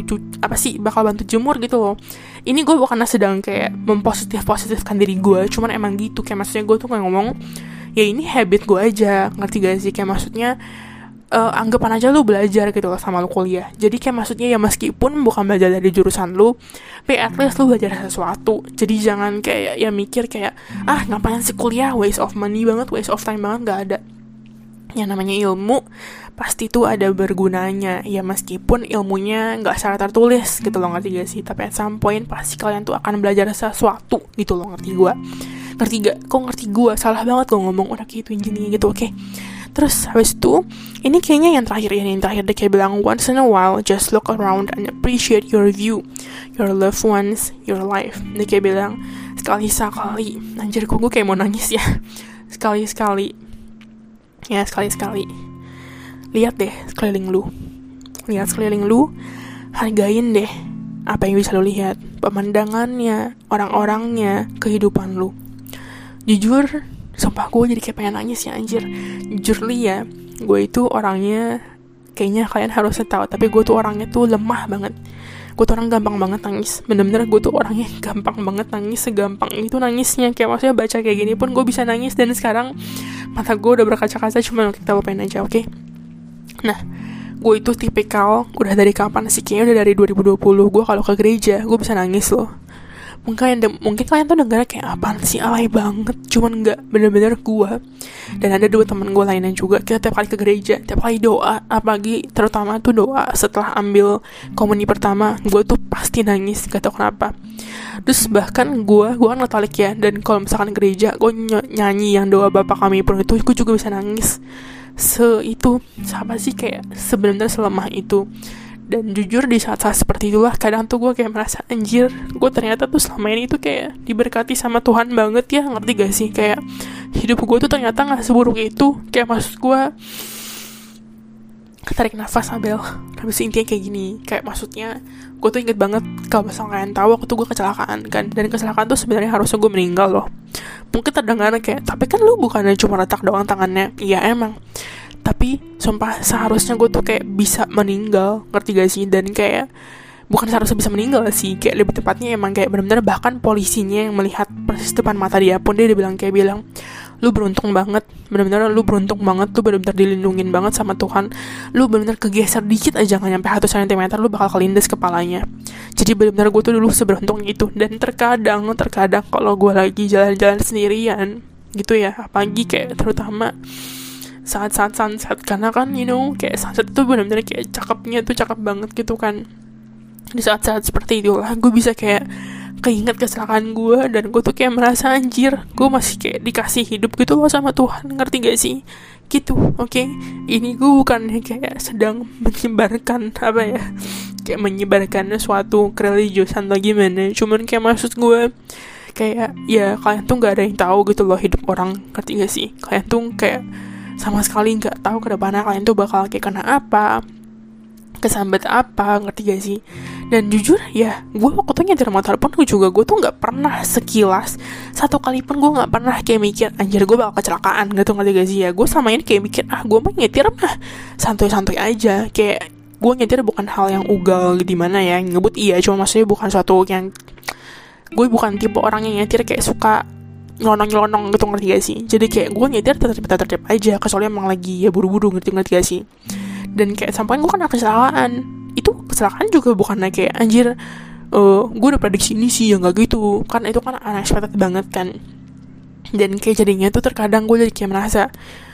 jemur gitu loh. Ini gue bukannya sedang kayak mempositifkan diri gue, cuman emang gitu, kayak maksudnya gue tuh kayak ngomong ya ini habit gue aja, ngerti gak sih? Kayak maksudnya anggapan aja lu belajar gitu loh sama lu kuliah. Jadi kayak maksudnya ya meskipun bukan belajar dari jurusan lu, tapi at least lu belajar sesuatu. Jadi jangan kayak ya mikir kayak ngapain sih kuliah, waste of money banget, waste of time banget. Gak ada. Yang namanya ilmu pasti tuh ada bergunanya. Ya meskipun ilmunya gak secara tertulis gitu loh, ngerti gak sih? Tapi at some point pasti kalian tuh akan belajar sesuatu gitu loh, ngerti gue? Ngerti gak? Kok ngerti gue? Salah banget gue ngomong udah gitu gini gitu, oke? Terus habis itu, ini kayaknya yang terakhir dia kayak bilang, once in a while just look around and appreciate your view, your loved ones, your life. Dia kayak bilang, sekali-sekali, anjir kok gue kayak mau nangis ya. Sekali-sekali, lihat deh sekeliling lu, hargain deh apa yang bisa lu lihat, pemandangannya, orang-orangnya, kehidupan lu. Jujur, sumpah gue jadi kayak pengen nangis ya anjir. Jujur ya, gue itu orangnya, kayaknya kalian harusnya tahu, tapi gue tuh orangnya tuh lemah banget. Gue tuh orang gampang banget nangis. Bener-bener gue tuh orangnya gampang banget nangis, segampang itu nangisnya. Kayak maksudnya baca kayak gini pun gue bisa nangis. Dan sekarang mata gue udah berkaca-kaca, cuma kita lupain aja, oke? Nah, gue itu tipikal, udah dari kapan sih? Kayaknya udah dari 2020. Gue kalau ke gereja, gue bisa nangis loh. Mungkin kalian tuh dengarnya kayak apaan sih, alay banget. Cuman enggak, bener-bener gue dan ada 2 teman gue lainnya juga, kita tiap kali ke gereja, tiap kali doa, apalagi terutama tuh doa setelah ambil komuni pertama, gue tuh pasti nangis, gak tau kenapa. Terus bahkan gue kan Katolik ya, dan kalau misalkan gereja gue nyanyi yang doa Bapa Kami pun itu, gue juga bisa nangis. Siapa sih kayak sebenarnya selemah itu. Dan jujur di saat-saat seperti itulah kadang tuh gue kayak merasa anjir, gue ternyata tuh selama ini tuh kayak diberkati sama Tuhan banget ya, ngerti gak sih? Kayak hidup gue tuh ternyata gak seburuk itu. Kayak maksud gue, tarik nafas Abel. Habis intinya kayak gini, kayak maksudnya gue tuh inget banget kalau misalnya kalian tahu, aku tuh gue kecelakaan kan, dan kecelakaan tuh sebenarnya harusnya gue meninggal loh. Mungkin terdengar kayak, tapi kan lu bukannya cuma retak doang tangannya. Iya emang, tapi sumpah seharusnya gue tuh kayak bisa meninggal, ngerti gak sih? Dan kayak bukan seharusnya bisa meninggal sih, kayak lebih tepatnya emang kayak benar-benar bahkan polisinya yang melihat persis depan mata dia pun dia bilang, lu beruntung banget, benar-benar lu beruntung banget, lu benar-benar dilindungin banget sama Tuhan, lu benar-benar kegeser dikit aja nggak nyampe 1 cm lu bakal kelindes kepalanya. Jadi benar-benar gue tuh dulu seberuntung itu. Dan terkadang kalau gue lagi jalan-jalan sendirian gitu ya, apalagi kayak terutama saat-saat sunset, karena kan kayak sunset tuh benar-benar kayak cakepnya tuh cakep banget gitu kan. Di saat-saat seperti itulah gue bisa kayak keinget kecelakaan gue, dan gue tuh kayak merasa anjir, gue masih kayak dikasih hidup gitu loh sama Tuhan, ngerti gak sih? Gitu, oke? Ini gue bukan kayak sedang menyebarkan kayak menyebarkan suatu kereligiusan atau gimana, cuman kayak maksud gue kayak ya kalian tuh gak ada yang tahu gitu loh hidup orang, ngerti gak sih? Kalian tuh kayak sama sekali gak tahu ke depannya kalian tuh bakal kayak kena apa, kesambat apa, ngerti gak sih? Dan jujur ya, gue waktu tuh nyetir motor pun gue tuh gak pernah sekilas satu kali pun gue gak pernah kayak mikir anjir gue bakal kecelakaan gitu, ngerti gak sih? Ya gue sama ini kayak mikir gue mah nyetir mah santuy-santuy aja, kayak gue nyetir bukan hal yang ugal gimana ya, ngebut iya, cuma maksudnya bukan suatu yang, gue bukan tipe orang yang nyetir kayak suka nyelonong gitu, ngerti gak sih? Jadi kayak gue nyetir tertib aja, kecuali emang lagi ya buru-buru, ngerti gak sih? Dan kayak sampai gue kena kecelakaan, itu kecelakaan juga bukan kayak anjir gue udah prediksi ini sih, ya nggak gitu kan, itu kan unexpected banget kan. Dan kayak jadinya tuh terkadang gue jadi kayak merasa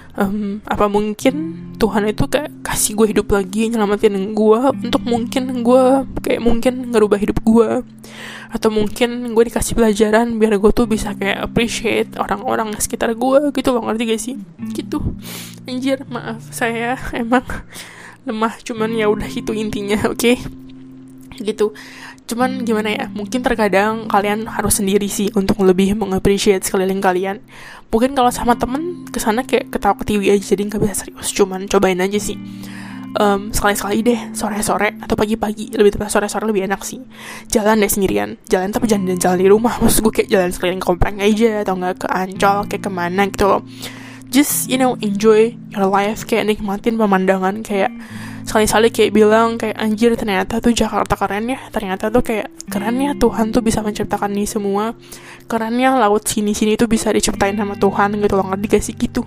apa mungkin Tuhan itu kayak kasih gue hidup lagi, nyelamatin gue untuk mungkin gue kayak mungkin ngerubah hidup gue, atau mungkin gue dikasih pelajaran biar gue tuh bisa kayak appreciate orang-orang sekitar gue gitu loh, ngerti gak sih? Gitu anjir, maaf saya emang lemah, cuman ya udah itu intinya, oke? Gitu. Cuman gimana ya, mungkin terkadang kalian harus sendiri sih untuk lebih mengappreciate sekeliling kalian. Mungkin kalau sama temen kesana kayak ketawa-ketiwi aja, jadi gak bisa serius. Cuman cobain aja sih, sekali-sekali deh sore-sore atau pagi-pagi, lebih tepat sore-sore lebih enak sih. Jalan deh sendirian, jalan tapi jangan jalan di rumah, maksud gue kayak jalan sekeliling komplek aja, atau gak ke Ancol, kayak kemana gitu loh. Just enjoy your life, kayak nikmatin pemandangan, kayak sekali-sekali kayak bilang kayak anjir ternyata tuh Jakarta keren ya, ternyata tuh kayak keren ya Tuhan tuh bisa menciptakan ini semua, keren ya laut sini-sini tuh bisa diciptain sama Tuhan gitu loh, ngerti gak sih? Gitu.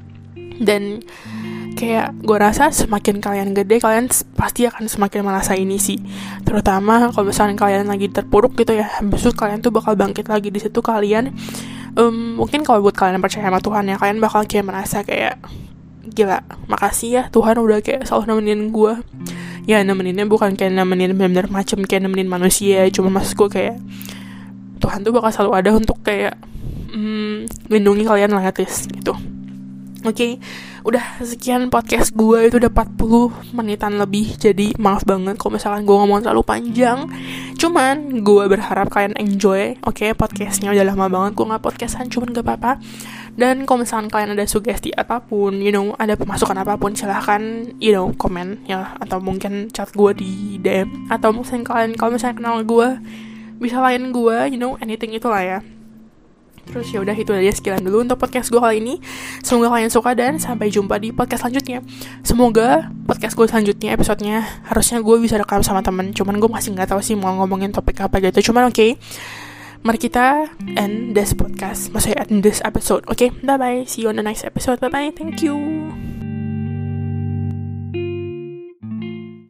Dan kayak gue rasa semakin kalian gede, kalian pasti akan semakin merasa ini sih, terutama kalau misalnya kalian lagi terpuruk gitu ya, besok kalian tuh bakal bangkit lagi. Di situ kalian mungkin kalau buat kalian yang percaya sama Tuhan ya, kalian bakal kayak merasa kayak gila, makasih ya Tuhan udah kayak selalu nemenin gue. Ya nemeninnya bukan kayak nemenin bener-bener macem kayak nemenin manusia, cuma maksud gue kayak Tuhan tuh bakal selalu ada untuk kayak lindungi kalian lah at least gitu. Oke, udah sekian podcast gue, itu udah 40 menitan lebih, jadi maaf banget kalau misalkan gue ngomong terlalu panjang. Cuman gue berharap kalian enjoy, oke? Podcastnya udah lama banget gue gak podcastan, cuman gak apa-apa. Dan kalau misalkan kalian ada sugesti apapun, ada pemasukan apapun, silahkan komen ya, atau mungkin chat gue di DM, atau mungkin kalian kalau misalnya kenal gue bisa lain gue, anything itulah ya. Terus ya udah, itu aja sekian dulu untuk podcast gue kali ini. Semoga kalian suka dan sampai jumpa di podcast selanjutnya. Semoga podcast gue selanjutnya episodenya harusnya gue bisa rekam sama temen, cuman gue masih nggak tahu sih mau ngomongin topik apa gitu. Cuman oke, mari kita end this podcast, maksudnya end this episode. Oke, bye bye, see you on the next episode. Bye bye, thank you.